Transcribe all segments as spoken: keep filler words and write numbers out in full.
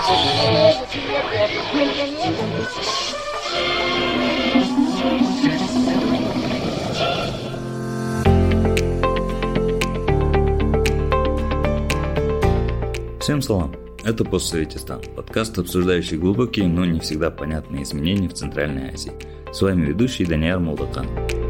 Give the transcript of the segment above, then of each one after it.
Всем салам, это «Постсоветистан», подкаст, обсуждающий глубокие, но не всегда понятные изменения в Центральной Азии. С вами ведущий Данияр Молдакан.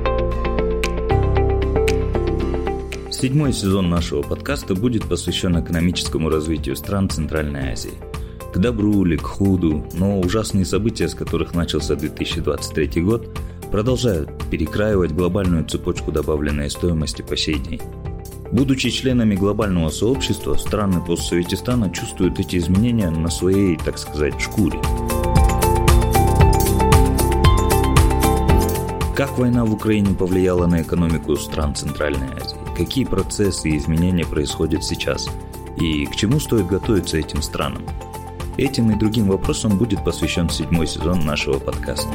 Седьмой сезон нашего подкаста будет посвящен экономическому развитию стран Центральной Азии. К добру или к худу, но ужасные события, с которых начался две тысячи двадцать третий год, продолжают перекраивать глобальную цепочку добавленной стоимости по сей день. Будучи членами глобального сообщества, страны постсоветистана чувствуют эти изменения на своей, так сказать, шкуре. Как война в Украине повлияла на экономику стран Центральной Азии? Какие процессы и изменения происходят сейчас? И к чему стоит готовиться этим странам? Этим и другим вопросам будет посвящен седьмой сезон нашего подкаста.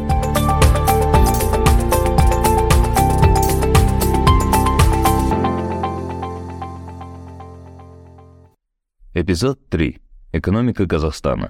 Эпизод три. Экономика Казахстана.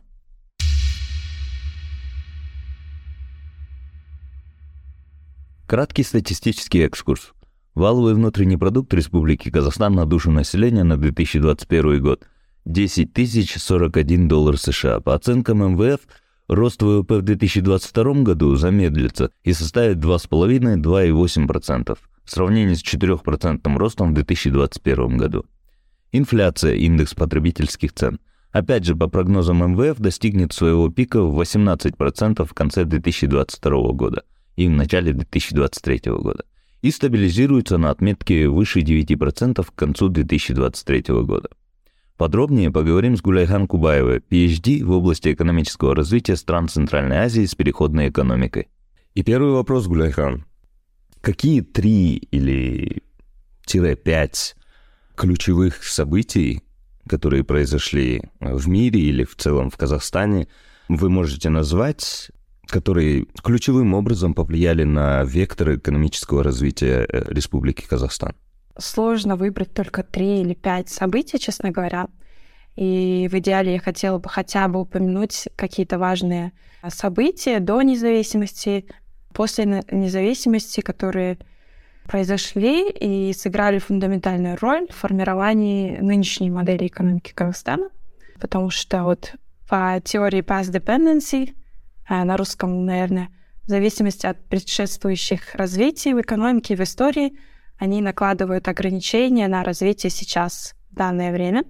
Краткий статистический экскурс. Валовый внутренний продукт Республики Казахстан на душу населения на две тысячи двадцать первый год – десять тысяч сорок один доллар США. По оценкам эм вэ эф, рост вэ вэ пэ в две тысячи двадцать втором году замедлится и составит два целых пять десятых - два целых восемь десятых процента в сравнении с четырехпроцентным ростом в две тысячи двадцать первом году. Инфляция, индекс потребительских цен, опять же по прогнозам эм вэ эф, достигнет своего пика в восемнадцать процентов в конце две тысячи двадцать второго года и в начале две тысячи двадцать третьего года и стабилизируется на отметке выше девяти процентов к концу две тысячи двадцать третьего года. Подробнее поговорим с Гулайхан Кубаевой, пи эйч ди в области экономического развития стран Центральной Азии с переходной экономикой. И первый вопрос, Гулайхан. Какие три или тире пять ключевых событий, которые произошли в мире или в целом в Казахстане, вы можете назвать, которые ключевым образом повлияли на вектор экономического развития Республики Казахстан? Сложно выбрать только три или пять событий, честно говоря. И в идеале я хотела бы хотя бы упомянуть какие-то важные события до независимости, после независимости, которые произошли и сыграли фундаментальную роль в формировании нынешней модели экономики Казахстана, потому что вот по теории past dependency, на русском, наверное, в зависимости от предшествующих развитий в экономике, в истории, они накладывают ограничения на развитие сейчас, в данное время.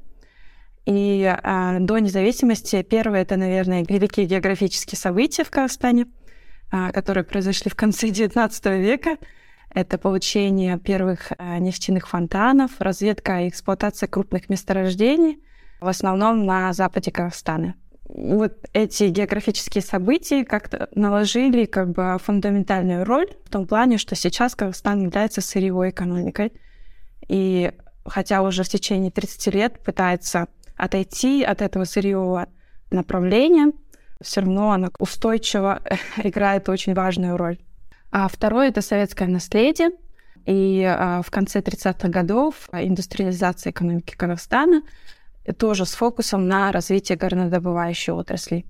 И а, до независимости первое — это, наверное, великие географические события в Казахстане, а, которые произошли в конце девятнадцатого века. Это получение первых а, нефтяных фонтанов, разведка и эксплуатация крупных месторождений, в основном на западе Казахстана. Вот эти географические события как-то наложили как бы фундаментальную роль в том плане, что сейчас Казахстан является сырьевой экономикой. И хотя уже в течение тридцати лет пытается отойти от этого сырьевого направления, все равно оно устойчиво играет очень важную роль. А второе — это советское наследие. И а, в конце тридцатых годов индустриализация экономики Казахстана тоже с фокусом на развитие горнодобывающей отрасли.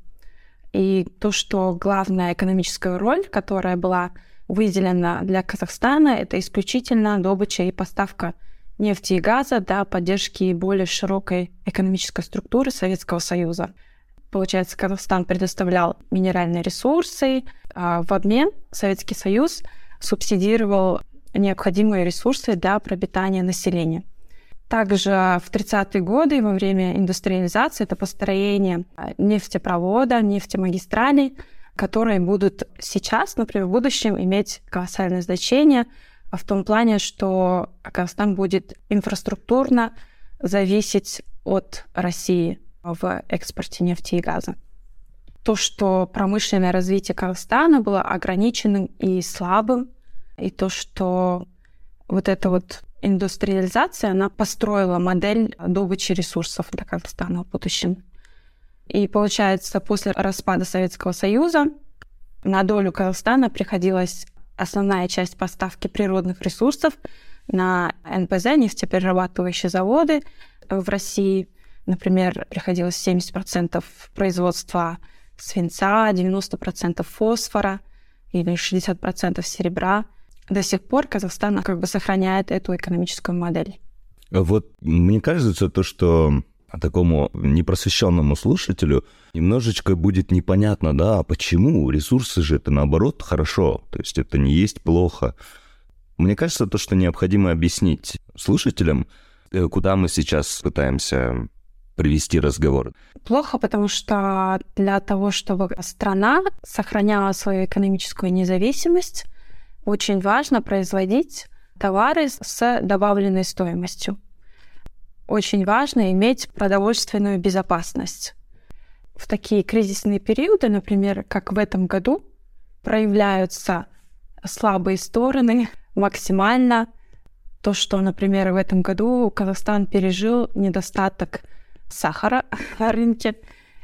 И то, что главная экономическая роль, которая была выделена для Казахстана, это исключительно добыча и поставка нефти и газа для поддержки более широкой экономической структуры Советского Союза. Получается, Казахстан предоставлял минеральные ресурсы, а в обмен Советский Союз субсидировал необходимые ресурсы для пропитания населения. Также в тридцатые годы во время индустриализации это построение нефтепровода, нефтемагистралей, которые будут сейчас, например, в будущем иметь колоссальное значение в том плане, что Казахстан будет инфраструктурно зависеть от России в экспорте нефти и газа. То, что промышленное развитие Казахстана было ограниченным и слабым, и то, что вот эта вот индустриализация, она построила модель добычи ресурсов для Казахстана в будущем. И получается, после распада Советского Союза на долю Казахстана приходилась основная часть поставки природных ресурсов на эн пэ зэ, нефтеперерабатывающие заводы в России. Например, приходилось семьдесят процентов производства свинца, девяносто процентов фосфора или шестьдесят процентов серебра. До сих пор Казахстан как бы сохраняет эту экономическую модель. Вот мне кажется, то, что такому непросвещенному слушателю немножечко будет непонятно, да, почему ресурсы же это наоборот хорошо, то есть это не есть плохо. Мне кажется, то, что необходимо объяснить слушателям, куда мы сейчас пытаемся привести разговор. Плохо, потому что для того, чтобы страна сохраняла свою экономическую независимость, очень важно производить товары с добавленной стоимостью. Очень важно иметь продовольственную безопасность. В такие кризисные периоды, например, как в этом году, проявляются слабые стороны максимально. То, что, например, в этом году Казахстан пережил недостаток сахара на рынке.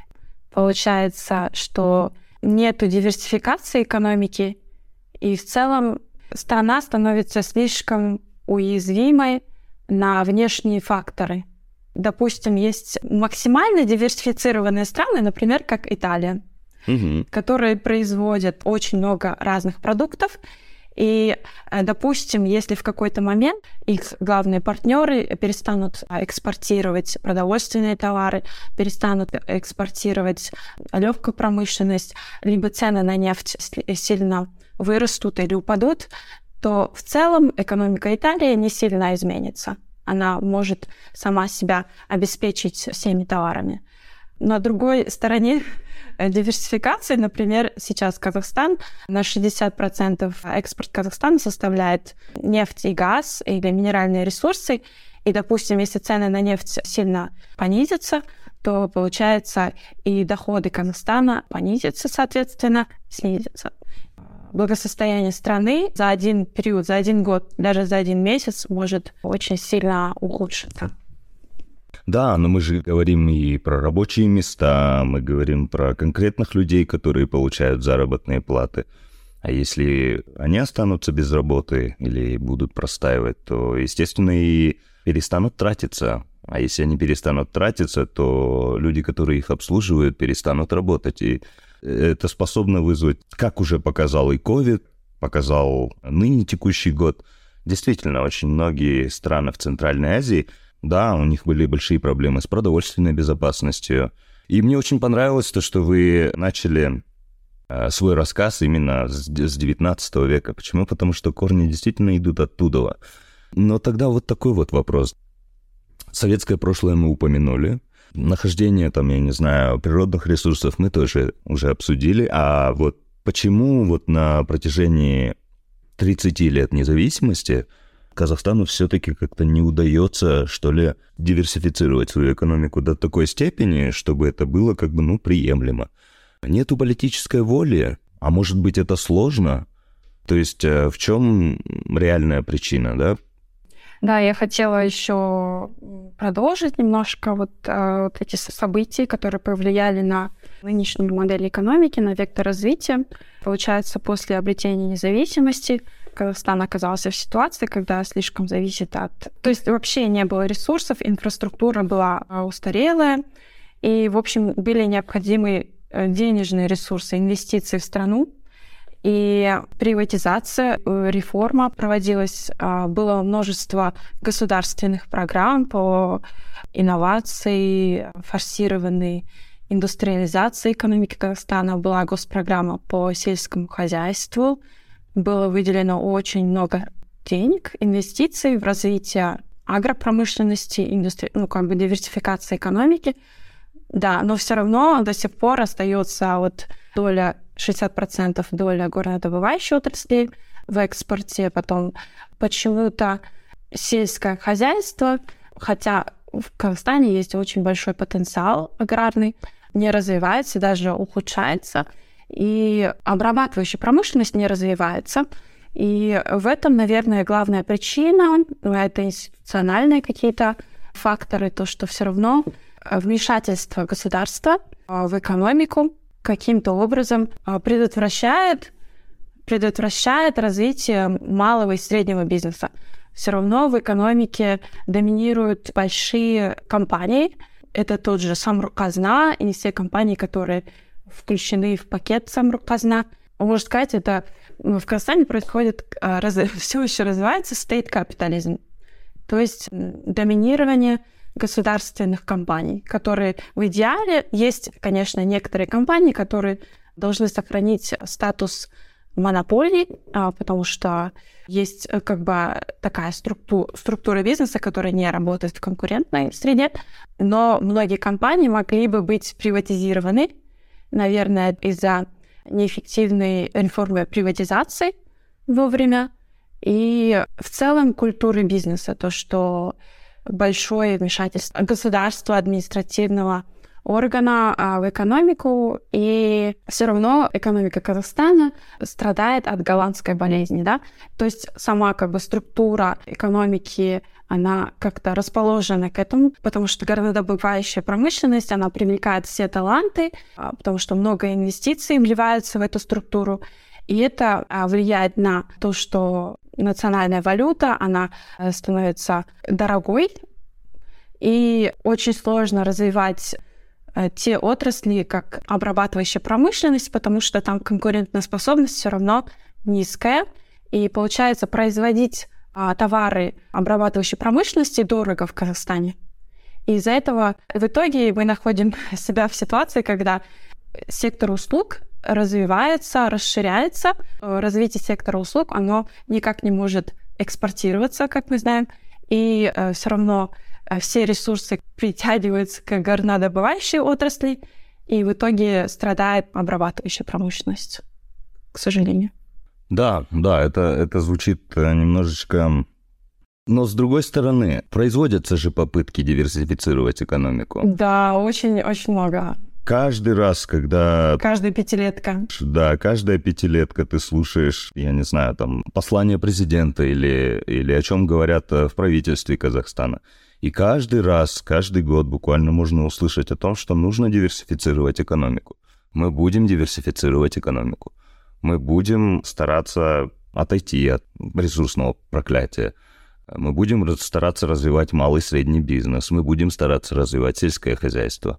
Получается, что нету диверсификации экономики, и в целом страна становится слишком уязвимой на внешние факторы. Допустим, есть максимально диверсифицированные страны, например, как Италия, угу. которые производят очень много разных продуктов. И, допустим, если в какой-то момент их главные партнеры перестанут экспортировать продовольственные товары, перестанут экспортировать легкую промышленность, либо цены на нефть сильно вырастут или упадут, то в целом экономика Италии не сильно изменится. Она может сама себя обеспечить всеми товарами. На другой стороне диверсификации, например, сейчас Казахстан, на шестьдесят процентов экспорт Казахстана составляет нефть и газ или минеральные ресурсы. И, допустим, если цены на нефть сильно понизятся, то, получается, и доходы Казахстана понизятся, соответственно, снизятся. Благосостояние страны за один период, за один год, даже за один месяц может очень сильно ухудшиться. Да, но мы же говорим и про рабочие места, мы говорим про конкретных людей, которые получают заработные платы. А если они останутся без работы или будут простаивать, то, естественно, и перестанут тратиться. А если они перестанут тратиться, то люди, которые их обслуживают, перестанут работать. И это способно вызвать, как уже показал и ковид, показал ныне текущий год. Действительно, очень многие страны в Центральной Азии, да, у них были большие проблемы с продовольственной безопасностью. И мне очень понравилось то, что вы начали свой рассказ именно с девятнадцатого века. Почему? Потому что корни действительно идут оттуда. Но тогда вот такой вот вопрос. Советское прошлое мы упомянули. Нахождение, там, я не знаю, природных ресурсов мы тоже уже обсудили. А вот почему вот на протяжении тридцати лет независимости Казахстану все-таки как-то не удается, что ли, диверсифицировать свою экономику до такой степени, чтобы это было как бы, ну, приемлемо? Нету политической воли, а может быть, это сложно? То есть в чем реальная причина, да? Да, я хотела еще продолжить немножко вот, э, вот эти события, которые повлияли на нынешнюю модель экономики, на вектор развития. Получается, после обретения независимости Казахстан оказался в ситуации, когда слишком зависит от... То есть вообще не было ресурсов, инфраструктура была устарелая, и, в общем, были необходимы денежные ресурсы, инвестиции в страну. И приватизация, реформа проводилась, было множество государственных программ по инновации, форсированной индустриализации экономики Казахстана, была госпрограмма по сельскому хозяйству, было выделено очень много денег, инвестиций в развитие агропромышленности, индустри... ну, как бы диверсификации экономики. Да, но все равно до сих пор остается вот доля шестьдесят процентов доля горнодобывающей отрасли в экспорте, потом почему-то сельское хозяйство, хотя в Казахстане есть очень большой потенциал аграрный, не развивается, даже ухудшается, и обрабатывающая промышленность не развивается. И в этом, наверное, главная причина, это институциональные какие-то факторы, то, что все равно вмешательство государства в экономику каким-то образом предотвращает, предотвращает развитие малого и среднего бизнеса. Все равно в экономике доминируют большие компании, это тот же Самрук-Казна, и не все компании, которые включены в пакет Самрук-Казна. Можно сказать, это в Казахстане происходит, раз, все еще развивается state capitalism, то есть доминирование государственных компаний, которые в идеале есть, конечно, некоторые компании, которые должны сохранить статус монополии, потому что есть как бы такая структура, структура бизнеса, которая не работает в конкурентной среде, но многие компании могли бы быть приватизированы, наверное, из-за неэффективной реформы приватизации вовремя и в целом культуры бизнеса, то, что большое вмешательство государства, административного органа в экономику, и все равно экономика Казахстана страдает от голландской болезни, да, то есть сама как бы структура экономики, она как-то расположена к этому, потому что горнодобывающая промышленность, она привлекает все таланты, потому что много инвестиций вливаются в эту структуру, и это влияет на то, что национальная валюта, она становится дорогой, и очень сложно развивать те отрасли, как обрабатывающая промышленность, потому что там конкурентоспособность все равно низкая, и получается производить а, товары обрабатывающей промышленности дорого в Казахстане. И из-за этого в итоге мы находим себя в ситуации, когда сектор услуг развивается, расширяется. Развитие сектора услуг, оно никак не может экспортироваться, как мы знаем, и э, все равно все ресурсы притягиваются к горнодобывающей отрасли, и в итоге страдает обрабатывающая промышленность, к сожалению. Да, да, это, это звучит немножечко... Но, с другой стороны, производятся же попытки диверсифицировать экономику. Да, очень-очень много. Каждый раз, когда... Каждая пятилетка. Да, каждая пятилетка ты слушаешь, я не знаю, там, послание президента или, или о чем говорят в правительстве Казахстана. И каждый раз, каждый год буквально можно услышать о том, что нужно диверсифицировать экономику. Мы будем диверсифицировать экономику. Мы будем стараться отойти от ресурсного проклятия. Мы будем стараться развивать малый и средний бизнес. Мы будем стараться развивать сельское хозяйство.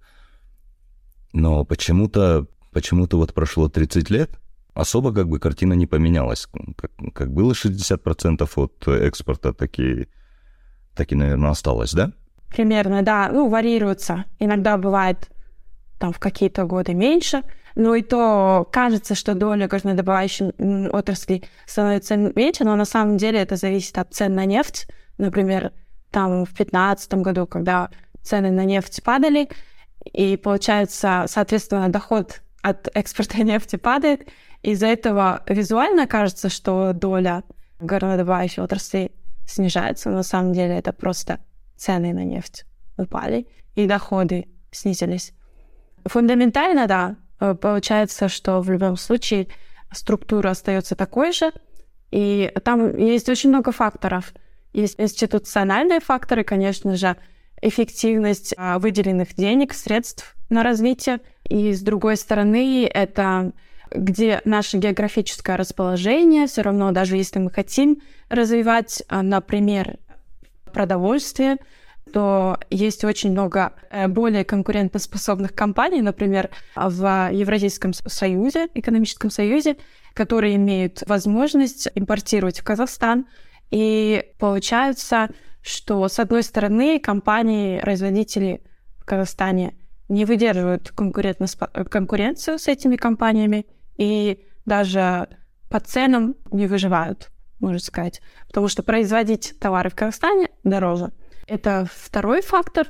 Но почему-то, почему-то вот прошло тридцать лет, особо как бы картина не поменялась. Как, как было шестьдесят процентов от экспорта, так и... Так и, наверное, осталось, да? Примерно, да. Ну, варьируется. Иногда бывает там в какие-то годы меньше, но и то кажется, что доля горнодобывающей отрасли становится меньше, но на самом деле это зависит от цен на нефть. Например, там в две тысячи пятнадцатом году, когда цены на нефть падали, и получается, соответственно, доход от экспорта нефти падает, из-за этого визуально кажется, что доля горнодобывающей отрасли снижается, но на самом деле это просто цены на нефть упали, и доходы снизились. Фундаментально, да, получается, что в любом случае структура остается такой же, и там есть очень много факторов. Есть институциональные факторы, конечно же, эффективность выделенных денег, средств на развитие, и с другой стороны, это где наше географическое расположение, все равно, даже если мы хотим развивать, например, продовольствие, то есть очень много более конкурентоспособных компаний, например, в Евразийском союзе, экономическом союзе, которые имеют возможность импортировать в Казахстан. И получается, что, с одной стороны, компании-производители в Казахстане не выдерживают конкуренцию с этими компаниями и даже по ценам не выживают, можно сказать, потому что производить товары в Казахстане дороже. Это второй фактор.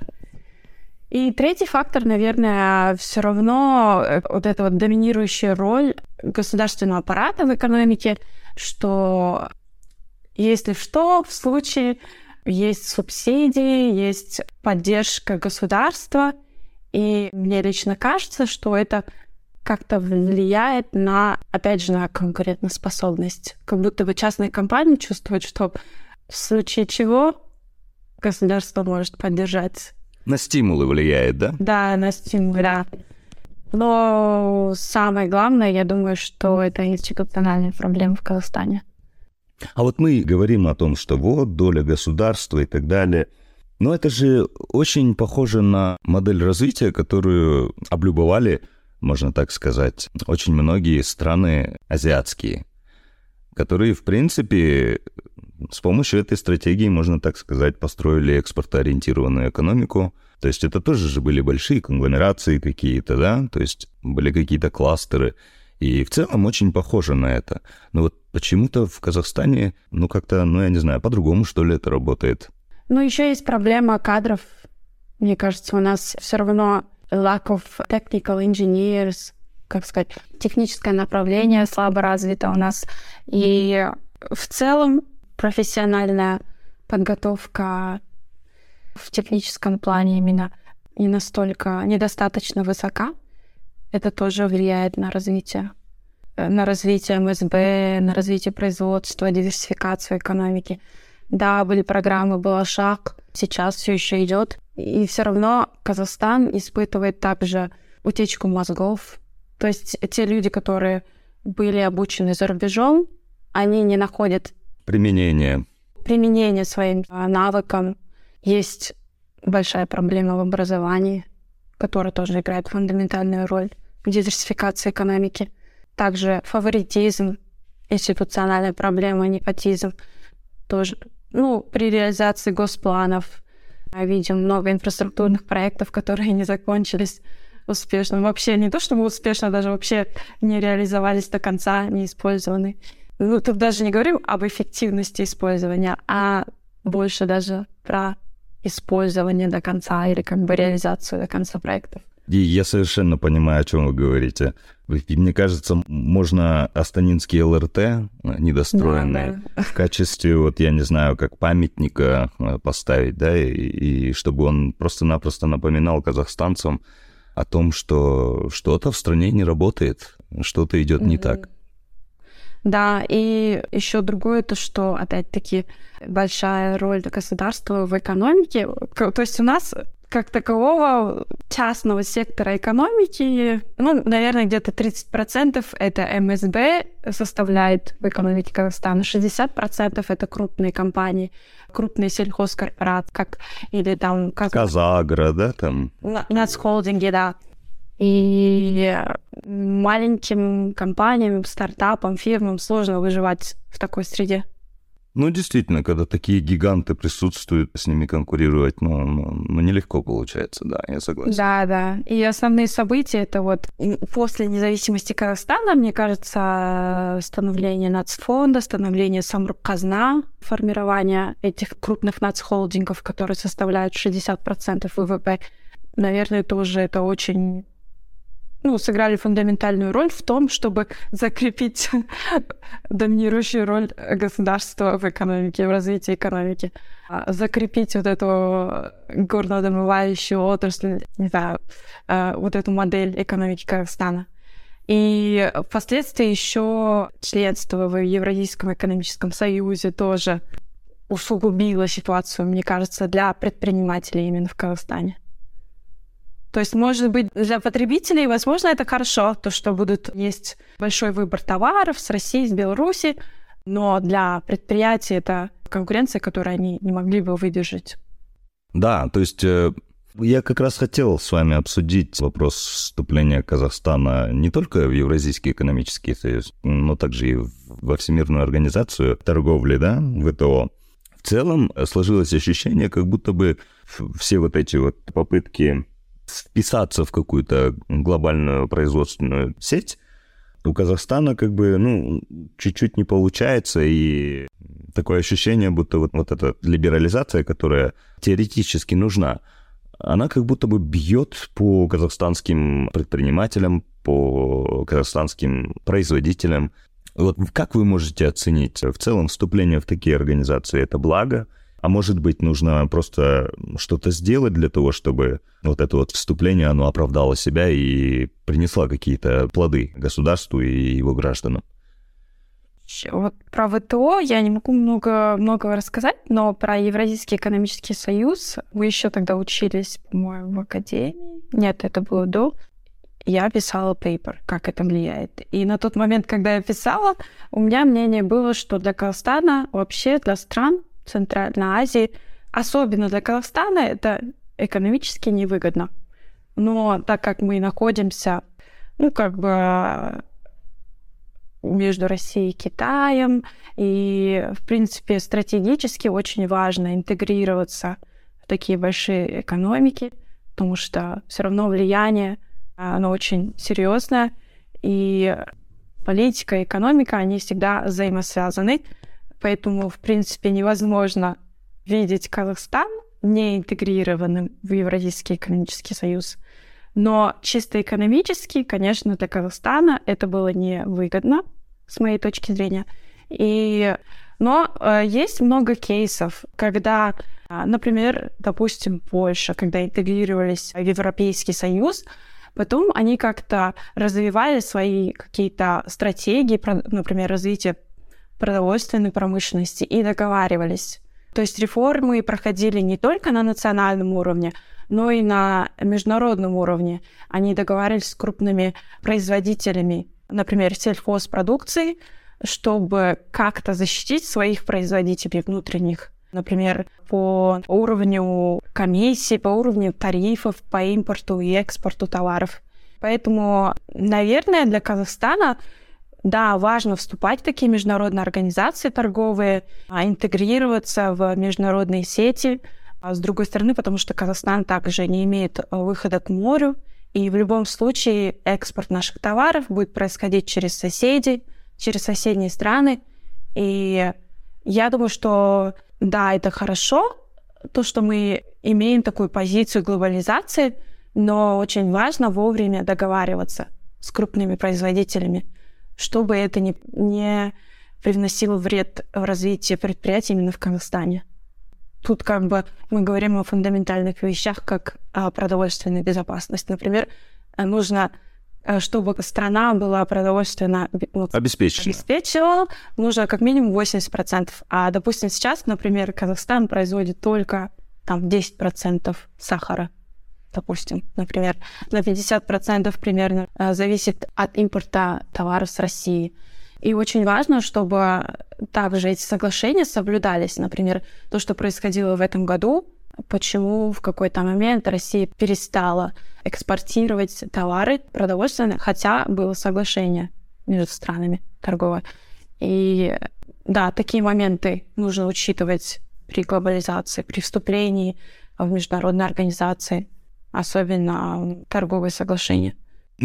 И третий фактор, наверное, все равно вот эта вот доминирующая роль государственного аппарата в экономике, что если что, в случае есть субсидии, есть поддержка государства, и мне лично кажется, что это как-то влияет на, опять же, на конкурентоспособность. Как будто бы частные компании чувствуют, что в случае чего государство может поддержать. На стимулы влияет, да? Да, на стимулы, да. Но самое главное, я думаю, что это институциональная проблема в Казахстане. А вот мы говорим о том, что вот доля государства и так далее. Но это же очень похоже на модель развития, которую облюбовали, можно так сказать, очень многие страны азиатские, которые, в принципе, с помощью этой стратегии, можно так сказать, построили экспортоориентированную экономику. То есть это тоже же были большие конгломерации какие-то, да, то есть были какие-то кластеры. И в целом очень похоже на это. Но вот почему-то в Казахстане, ну как-то, ну я не знаю, по-другому что ли это работает. Ну еще есть проблема кадров. Мне кажется, у нас все равно lack of technical engineers, как сказать, техническое направление слабо развито у нас. И в целом профессиональная подготовка в техническом плане именно не настолько, недостаточно высока. Это тоже влияет на развитие. На развитие эм эс бэ, на развитие производства, диверсификацию экономики. Да, были программы, был шаг, сейчас все еще идет. И все равно Казахстан испытывает также утечку мозгов. То есть те люди, которые были обучены за рубежом, они не находят применение. применение своим навыкам. Есть большая проблема в образовании, которая тоже играет фундаментальную роль в диверсификации экономики. Также фаворитизм, институциональная проблема, непотизм тоже. Ну, при реализации госпланов мы видим много инфраструктурных проектов, которые не закончились успешно. Вообще не то, чтобы успешно, даже вообще не реализовались до конца, не использованы. Ну, тут даже не говорим об эффективности использования, а больше даже про использование до конца или как бы реализацию до конца проектов. И я совершенно понимаю, о чем вы говорите. Мне кажется, можно Астанинский эл эр тэ недостроенный да, да. в качестве, вот я не знаю, как памятника поставить, да, и, и чтобы он просто-напросто напоминал казахстанцам о том, что что-то в стране не работает, что-то идет mm-hmm. не так. Да, и еще другое, то, что, опять-таки, большая роль государства в экономике. То есть у нас как такового частного сектора экономики, ну, наверное, где-то тридцать процентов это эм эс бэ составляет в экономике Казахстана, шестьдесят процентов это крупные компании, крупные сельхозкорпорации, как или там... Как... Казагро, да, там? Нацхолдинги, да. И маленьким компаниям, стартапам, фирмам сложно выживать в такой среде. Ну, действительно, когда такие гиганты присутствуют, с ними конкурировать, ну, ну, ну, нелегко получается, да, я согласен. Да, да. И основные события, это вот после независимости Казахстана, мне кажется, становление нацфонда, становление Самрұқ-Қазына, формирование этих крупных нацхолдингов, которые составляют шестьдесят процентов вэ вэ пэ, наверное, тоже это очень... ну, сыграли фундаментальную роль в том, чтобы закрепить доминирующую роль государства в экономике, в развитии экономики, закрепить вот эту горнодобывающую отрасль, не знаю, вот эту модель экономики Казахстана. И впоследствии еще членство в Евразийском экономическом союзе тоже усугубило ситуацию, мне кажется, для предпринимателей именно в Казахстане. То есть, может быть, для потребителей, возможно, это хорошо, то, что будут есть большой выбор товаров с России, с Беларуси, но для предприятий это конкуренция, которую они не могли бы выдержать. Да, то есть я как раз хотел с вами обсудить вопрос вступления Казахстана не только в Евразийский экономический союз, но также и во Всемирную организацию торговли, да, вэ тэ о. В целом сложилось ощущение, как будто бы все вот эти вот попытки вписаться в какую-то глобальную производственную сеть у Казахстана как бы, ну, чуть-чуть не получается, и такое ощущение, будто вот, вот эта либерализация, которая теоретически нужна, она как будто бы бьет по казахстанским предпринимателям, по казахстанским производителям. Вот как вы можете оценить в целом вступление в такие организации? Это благо? А может быть, нужно просто что-то сделать для того, чтобы вот это вот вступление, оно оправдало себя и принесло какие-то плоды государству и его гражданам? Вот про вэ тэ о я не могу много, многого рассказать, но про Евразийский экономический союз мы еще тогда учились, по-моему, в академии. Нет, это было до. Я писала пейпер, как это влияет. И на тот момент, когда я писала, у меня мнение было, что для Казахстана, вообще для стран Центральной Азии особенно для Казахстана, это экономически невыгодно. Но так как мы находимся, ну, как бы между Россией и Китаем, и, в принципе, стратегически очень важно интегрироваться в такие большие экономики, потому что все равно влияние, оно очень серьезное, и политика и экономика, они всегда взаимосвязаны, поэтому, в принципе, невозможно видеть Казахстан не интегрированным в Евразийский экономический союз. Но чисто экономически, конечно, для Казахстана это было невыгодно, с моей точки зрения. И... Но э, есть много кейсов, когда, э, например, допустим, Польша, когда интегрировались в Европейский союз, потом они как-то развивали свои какие-то стратегии, например, развитие продовольственной промышленности, и договаривались. То есть реформы проходили не только на национальном уровне, но и на международном уровне. Они договаривались с крупными производителями, например, сельхозпродукции, чтобы как-то защитить своих производителей внутренних. Например, по уровню комиссий, по уровню тарифов по импорту и экспорту товаров. Поэтому, наверное, для Казахстана, да, важно вступать в такие международные организации торговые, интегрироваться в международные сети. А с другой стороны, потому что Казахстан также не имеет выхода к морю, и в любом случае экспорт наших товаров будет происходить через соседей, через соседние страны. И я думаю, что да, это хорошо, то, что мы имеем такую позицию глобализации, но очень важно вовремя договариваться с крупными производителями, чтобы это не, не привносило вред в развитие предприятий именно в Казахстане. Тут как бы мы говорим о фундаментальных вещах, как о продовольственной безопасности. Например, нужно, чтобы страна была продовольственно обеспечена. обеспечивала, нужно как минимум восемьдесят процентов. А, допустим, сейчас, например, Казахстан производит только там, десять процентов сахара. Допустим, например, на пятьдесят процентов примерно зависит от импорта товаров с России. И очень важно, чтобы также эти соглашения соблюдались. Например, то, что происходило в этом году, почему в какой-то момент Россия перестала экспортировать товары продовольственные, хотя было соглашение между странами торговое. И да, такие моменты нужно учитывать при глобализации, при вступлении в международные организации, особенно торговые соглашения.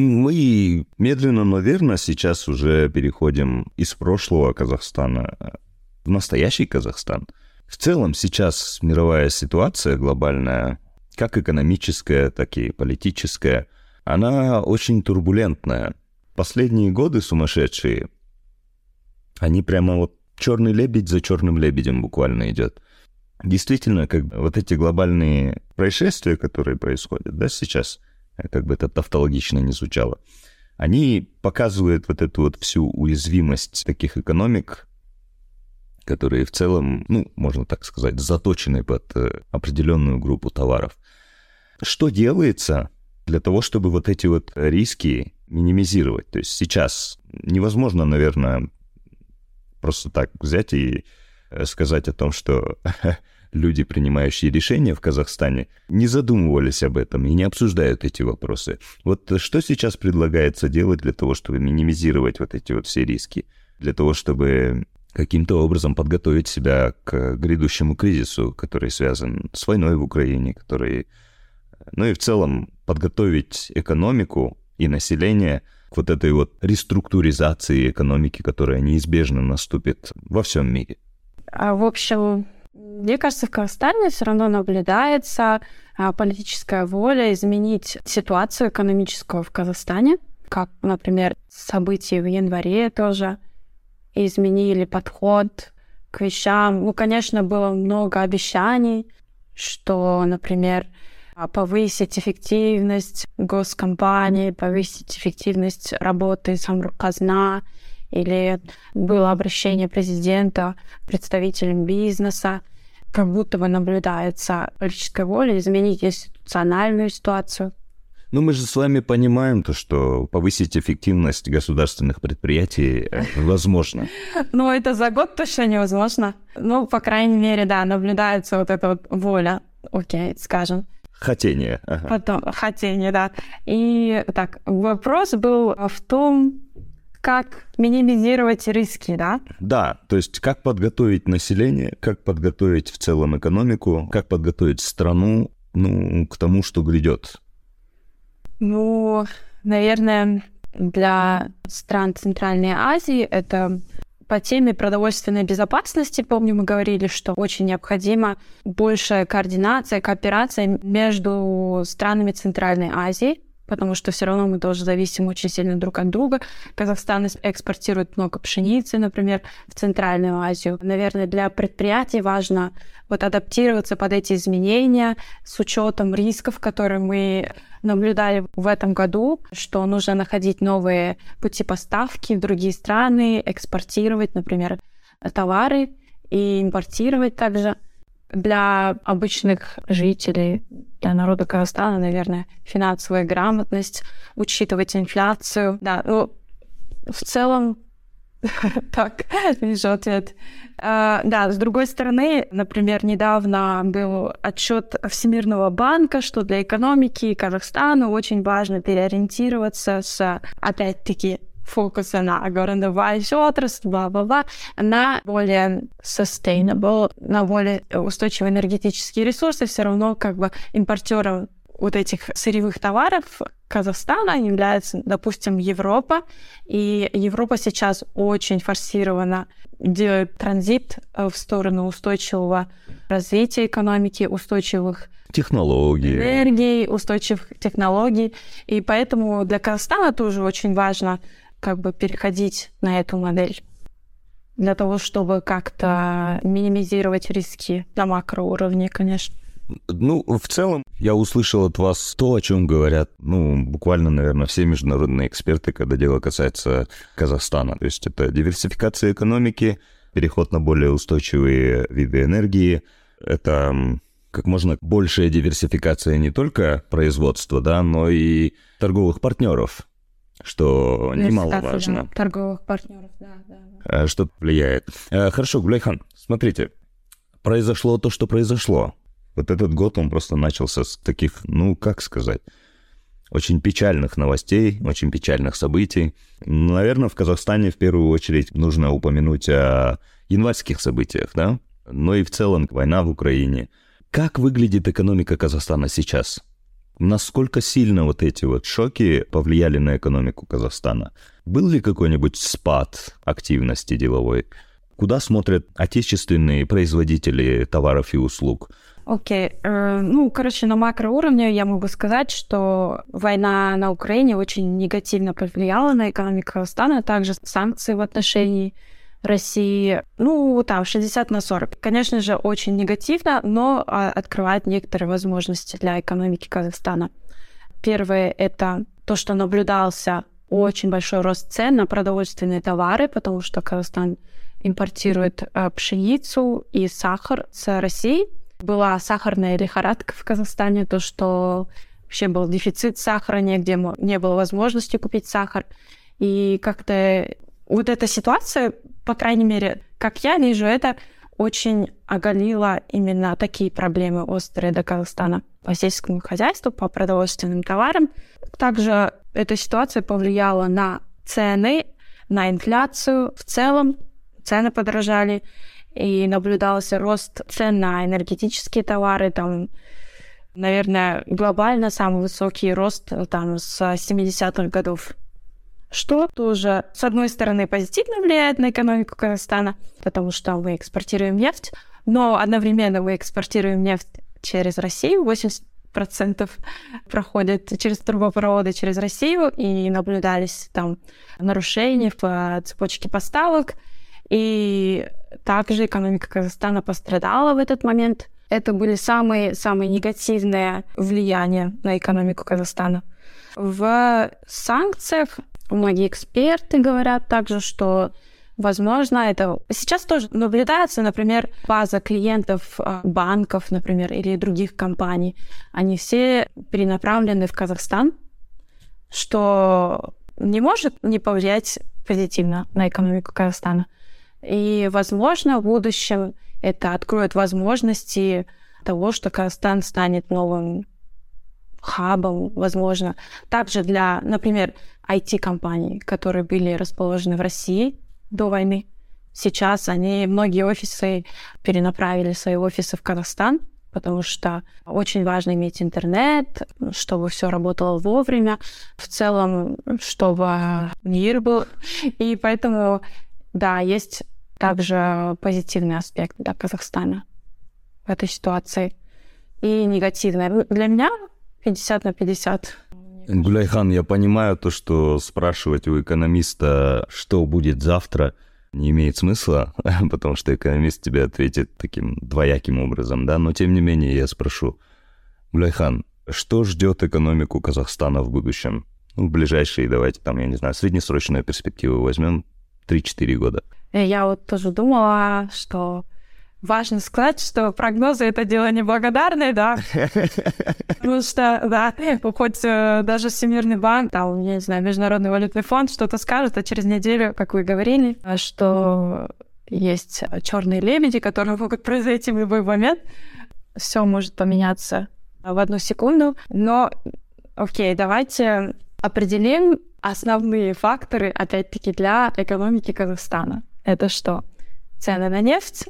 Мы медленно, но верно сейчас уже переходим из прошлого Казахстана в настоящий Казахстан. В целом сейчас мировая ситуация глобальная, как экономическая, так и политическая, она очень турбулентная. Последние годы сумасшедшие, они прямо вот черный лебедь за черным лебедем буквально идет. Действительно, как вот эти глобальные происшествия, которые происходят, да, сейчас, как бы это тавтологично не звучало, они показывают вот эту вот всю уязвимость таких экономик, которые в целом, ну, можно так сказать, заточены под определенную группу товаров. Что делается для того, чтобы вот эти вот риски минимизировать? То есть сейчас невозможно, наверное, просто так взять и сказать о том, что люди, принимающие решения в Казахстане, не задумывались об этом и не обсуждают эти вопросы. Вот что сейчас предлагается делать для того, чтобы минимизировать вот эти вот все риски? Для того, чтобы каким-то образом подготовить себя к грядущему кризису, который связан с войной в Украине, который, ну и в целом подготовить экономику и население к вот этой вот реструктуризации экономики, которая неизбежно наступит во всем мире. В общем, мне кажется, в Казахстане все равно наблюдается политическая воля изменить ситуацию экономическую в Казахстане, как, например, события в январе тоже изменили подход к вещам. Ну, конечно, было много обещаний, что, например, повысить эффективность госкомпаний, повысить эффективность работы Самрұқ-Қазына, или было обращение президента к представителям бизнеса, как будто бы наблюдается политическая воля изменить институциональную ситуацию Ну, мы же с вами понимаем то, что повысить эффективность государственных предприятий возможно. Ну, это за год точно невозможно. Ну, по крайней мере, да, наблюдается вот эта вот воля, окей, скажем. Хотение. Ага. Потом, хотение, да. И так, вопрос был в том, как минимизировать риски, да? Да, то есть как подготовить население, как подготовить в целом экономику, как подготовить страну, ну, к тому, что грядет. Ну, наверное, для стран Центральной Азии это по теме продовольственной безопасности. Помню, мы говорили, что очень необходима большая координация, кооперация между странами Центральной Азии, потому что все равно мы тоже зависим очень сильно друг от друга. Казахстан экспортирует много пшеницы, например, в Центральную Азию. Наверное, для предприятий важно вот адаптироваться под эти изменения с учетом рисков, которые мы наблюдали в этом году, что нужно находить новые пути поставки в другие страны, экспортировать, например, товары и импортировать также. Для обычных жителей, для народа Казахстана, наверное, финансовая грамотность, учитывать инфляцию. Да, ну, в целом, так, вижу ответ. Uh, да, с другой стороны, например, недавно был отчет Всемирного банка, что для экономики Казахстана очень важно переориентироваться с, опять-таки, фокуса на горнодобывающую отрасль, бла-бла-бла, на более sustainable, на более устойчивые энергетические ресурсы. Все равно как бы импортером вот этих сырьевых товаров Казахстана является, допустим, Европа. И Европа сейчас очень форсированно делает транзит в сторону устойчивого развития экономики, устойчивых технологий, энергий, устойчивых технологий. И поэтому для Казахстана тоже очень важно как бы переходить на эту модель для того, чтобы как-то минимизировать риски на макроуровне, конечно. Ну, в целом, я услышал от вас то, о чем говорят, ну, буквально, наверное, все международные эксперты, когда дело касается Казахстана. То есть это диверсификация экономики, переход на более устойчивые виды энергии, это как можно большая диверсификация не только производства, да, но и торговых партнеров, что немаловажно. Да, торговых партнеров, да, да, да. Что влияет. Хорошо, Гулайхан, смотрите, произошло то, что произошло. Вот этот год, он просто начался с таких, ну, как сказать, очень печальных новостей, очень печальных событий. Наверное, в Казахстане в первую очередь нужно упомянуть о январских событиях, да? Но и в целом война в Украине. Как выглядит экономика Казахстана сейчас? Насколько сильно вот эти вот шоки повлияли на экономику Казахстана? Был ли какой-нибудь спад активности деловой? Куда смотрят отечественные производители товаров и услуг? Окей. Okay. Uh, ну, короче, на макроуровне я могу сказать, что война на Украине очень негативно повлияла на экономику Казахстана, а также санкции в отношении России, ну, там, шестьдесят на сорок. Конечно же, очень негативно, но а, открывает некоторые возможности для экономики Казахстана. Первое — это то, что наблюдался очень большой рост цен на продовольственные товары, потому что Казахстан импортирует а, пшеницу и сахар с России. Была сахарная лихорадка в Казахстане, то, что вообще был дефицит сахара, нигде не было возможности купить сахар. И как-то вот эта ситуация, по крайней мере, как я вижу, это очень оголило именно такие проблемы острые для Казахстана по сельскому хозяйству, по продовольственным товарам. Также эта ситуация повлияла на цены, на инфляцию в целом. Цены подорожали. И наблюдался рост цен на энергетические товары, там, наверное, глобально самый высокий рост там, с семидесятых годов. Что тоже, с одной стороны, позитивно влияет на экономику Казахстана, потому что мы экспортируем нефть, но одновременно мы экспортируем нефть через Россию, восемьдесят процентов проходит через трубопроводы через Россию, и наблюдались там нарушения в цепочке поставок. И также экономика Казахстана пострадала в этот момент. Это были самые, самые негативные влияния на экономику Казахстана. В санкциях многие эксперты говорят также, что Возможно, это сейчас тоже наблюдается, например, база клиентов банков, например, или других компаний. Они все перенаправлены в Казахстан, что не может не повлиять позитивно на экономику Казахстана. И, возможно, в будущем это откроет возможности того, что Казахстан станет новым хабом, возможно. Также для, например, ай ти-компаний, которые были расположены в России до войны. Сейчас они, многие офисы перенаправили свои офисы в Казахстан, потому что очень важно иметь интернет, чтобы все работало вовремя, в целом, чтобы мир был. И поэтому, да, есть также позитивный аспект для Казахстана в этой ситуации и негативный. Для меня пятьдесят на пятьдесят. Гуляйхан, я понимаю то, что спрашивать у экономиста, что будет завтра, не имеет смысла, потому что экономист тебе ответит таким двояким образом, да, но тем не менее я спрошу. Гуляйхан, что ждет экономику Казахстана в будущем? Ну, в ближайшие, давайте там, я не знаю, среднесрочную перспективу возьмем, три-четыре года. Я вот тоже думала, что важно сказать, что прогнозы — это дело неблагодарное, да, потому что, да, хоть даже Всемирный банк, там, я не знаю, Международный валютный фонд что-то скажет, а через неделю, как вы говорили, что есть черные лебеди, которые могут произойти в любой момент, все может поменяться в одну секунду, но, окей, давайте определим основные факторы, опять-таки, для экономики Казахстана. Это что? Цены на нефть,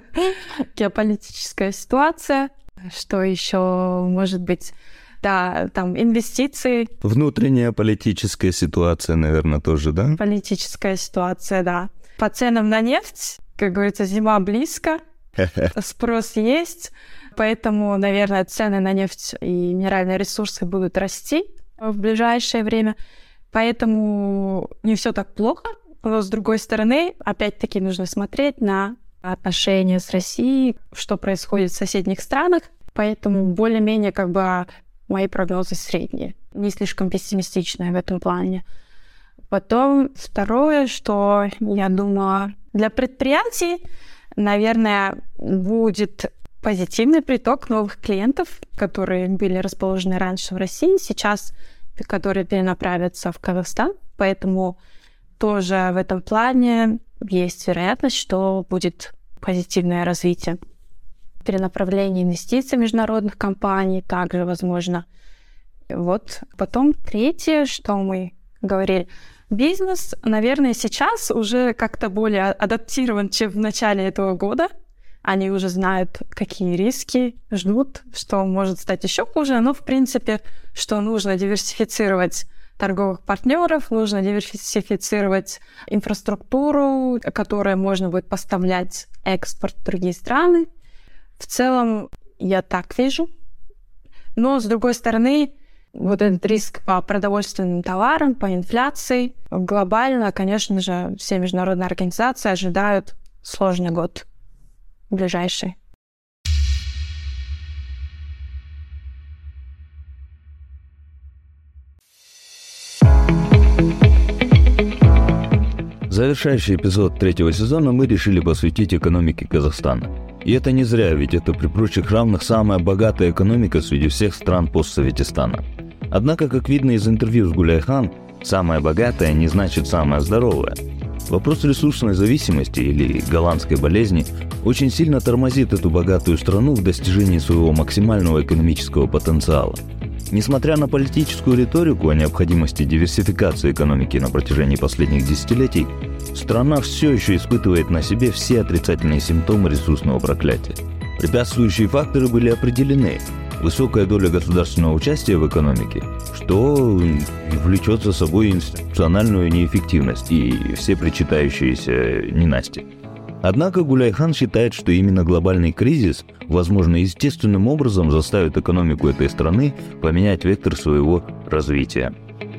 геополитическая ситуация, что еще может быть, да, там инвестиции. Внутренняя политическая ситуация, наверное, тоже, да? Политическая ситуация, да. По ценам на нефть, как говорится, зима близко, спрос есть, поэтому, наверное, цены на нефть и минеральные ресурсы будут расти в ближайшее время, поэтому не все так плохо. Но, с другой стороны, опять-таки нужно смотреть на отношения с Россией, что происходит в соседних странах. Поэтому более-менее как бы мои прогнозы средние, не слишком пессимистичные в этом плане. Потом второе, что я думаю, для предприятий, наверное, будет позитивный приток новых клиентов, которые были расположены раньше в России, сейчас, которые перенаправятся в Казахстан. Поэтому тоже в этом плане есть вероятность, что будет позитивное развитие. Перенаправление инвестиций международных компаний также возможно. Вот. Потом третье, что мы говорили. Бизнес, наверное, сейчас уже как-то более адаптирован, чем в начале этого года. Они уже знают, какие риски ждут, что может стать еще хуже. Но, в принципе, что нужно диверсифицировать торговых партнеров, нужно диверсифицировать инфраструктуру, которой можно будет поставлять экспорт в другие страны. В целом, я так вижу. Но, с другой стороны, вот этот риск по продовольственным товарам, по инфляции, глобально, конечно же, все международные организации ожидают сложный год ближайший. Завершающий эпизод третьего сезона мы решили посвятить экономике Казахстана. И это не зря, ведь это при прочих равных самая богатая экономика среди всех стран постсоветистана. Однако, как видно из интервью с Гуляйхан, самая богатая не значит самая здоровая. Вопрос ресурсной зависимости или голландской болезни очень сильно тормозит эту богатую страну в достижении своего максимального экономического потенциала. Несмотря на политическую риторику о необходимости диверсификации экономики на протяжении последних десятилетий, страна все еще испытывает на себе все отрицательные симптомы ресурсного проклятия. Препятствующие факторы были определены. Высокая доля государственного участия в экономике, что влечет за собой институциональную неэффективность и все причитающиеся ненасти. Однако Гуляйхан считает, что именно глобальный кризис, возможно, естественным образом заставит экономику этой страны поменять вектор своего развития.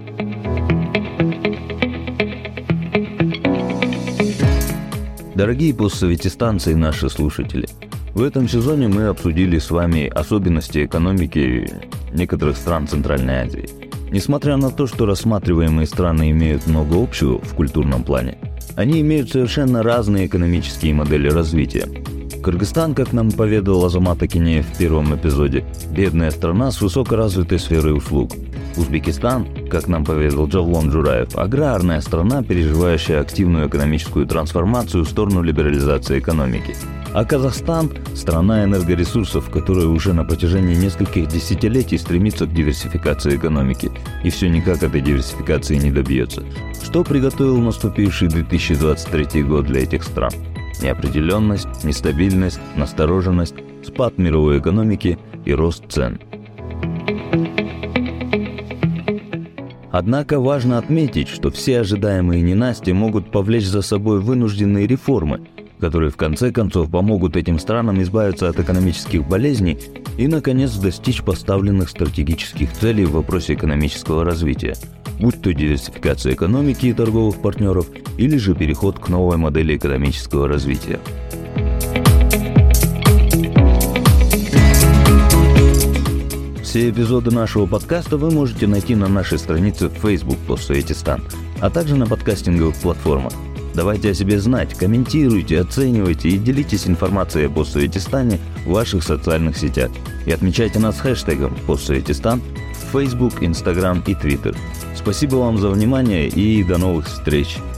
Дорогие постсоветистанцы и наши слушатели, в этом сезоне мы обсудили с вами особенности экономики некоторых стран Центральной Азии. Несмотря на то, что рассматриваемые страны имеют много общего в культурном плане, Они имеют совершенно разные экономические модели развития. Кыргызстан, как нам поведал Азамат Акинеев в первом эпизоде, бедная страна с высокоразвитой сферой услуг. Узбекистан, как нам поведал Джавлон Джураев, аграрная страна, переживающая активную экономическую трансформацию в сторону либерализации экономики. А Казахстан – страна энергоресурсов, которая уже на протяжении нескольких десятилетий стремится к диверсификации экономики, и все никак этой диверсификации не добьется. Что приготовил наступивший две тысячи двадцать третий год для этих стран? Неопределенность, нестабильность, настороженность, спад мировой экономики и рост цен. Однако важно отметить, что все ожидаемые ненастья могут повлечь за собой вынужденные реформы, которые в конце концов помогут этим странам избавиться от экономических болезней и, наконец, достичь поставленных стратегических целей в вопросе экономического развития, будь то диверсификация экономики и торговых партнеров, или же переход к новой модели экономического развития. Все эпизоды нашего подкаста вы можете найти на нашей странице в Facebook «Постсоветистан», а также на подкастинговых платформах. Давайте о себе знать, комментируйте, оценивайте и делитесь информацией о Постсоветистане в ваших социальных сетях. И отмечайте нас хэштегом «Постсоветистан» в Facebook, Instagram и Twitter. Спасибо вам за внимание и до новых встреч!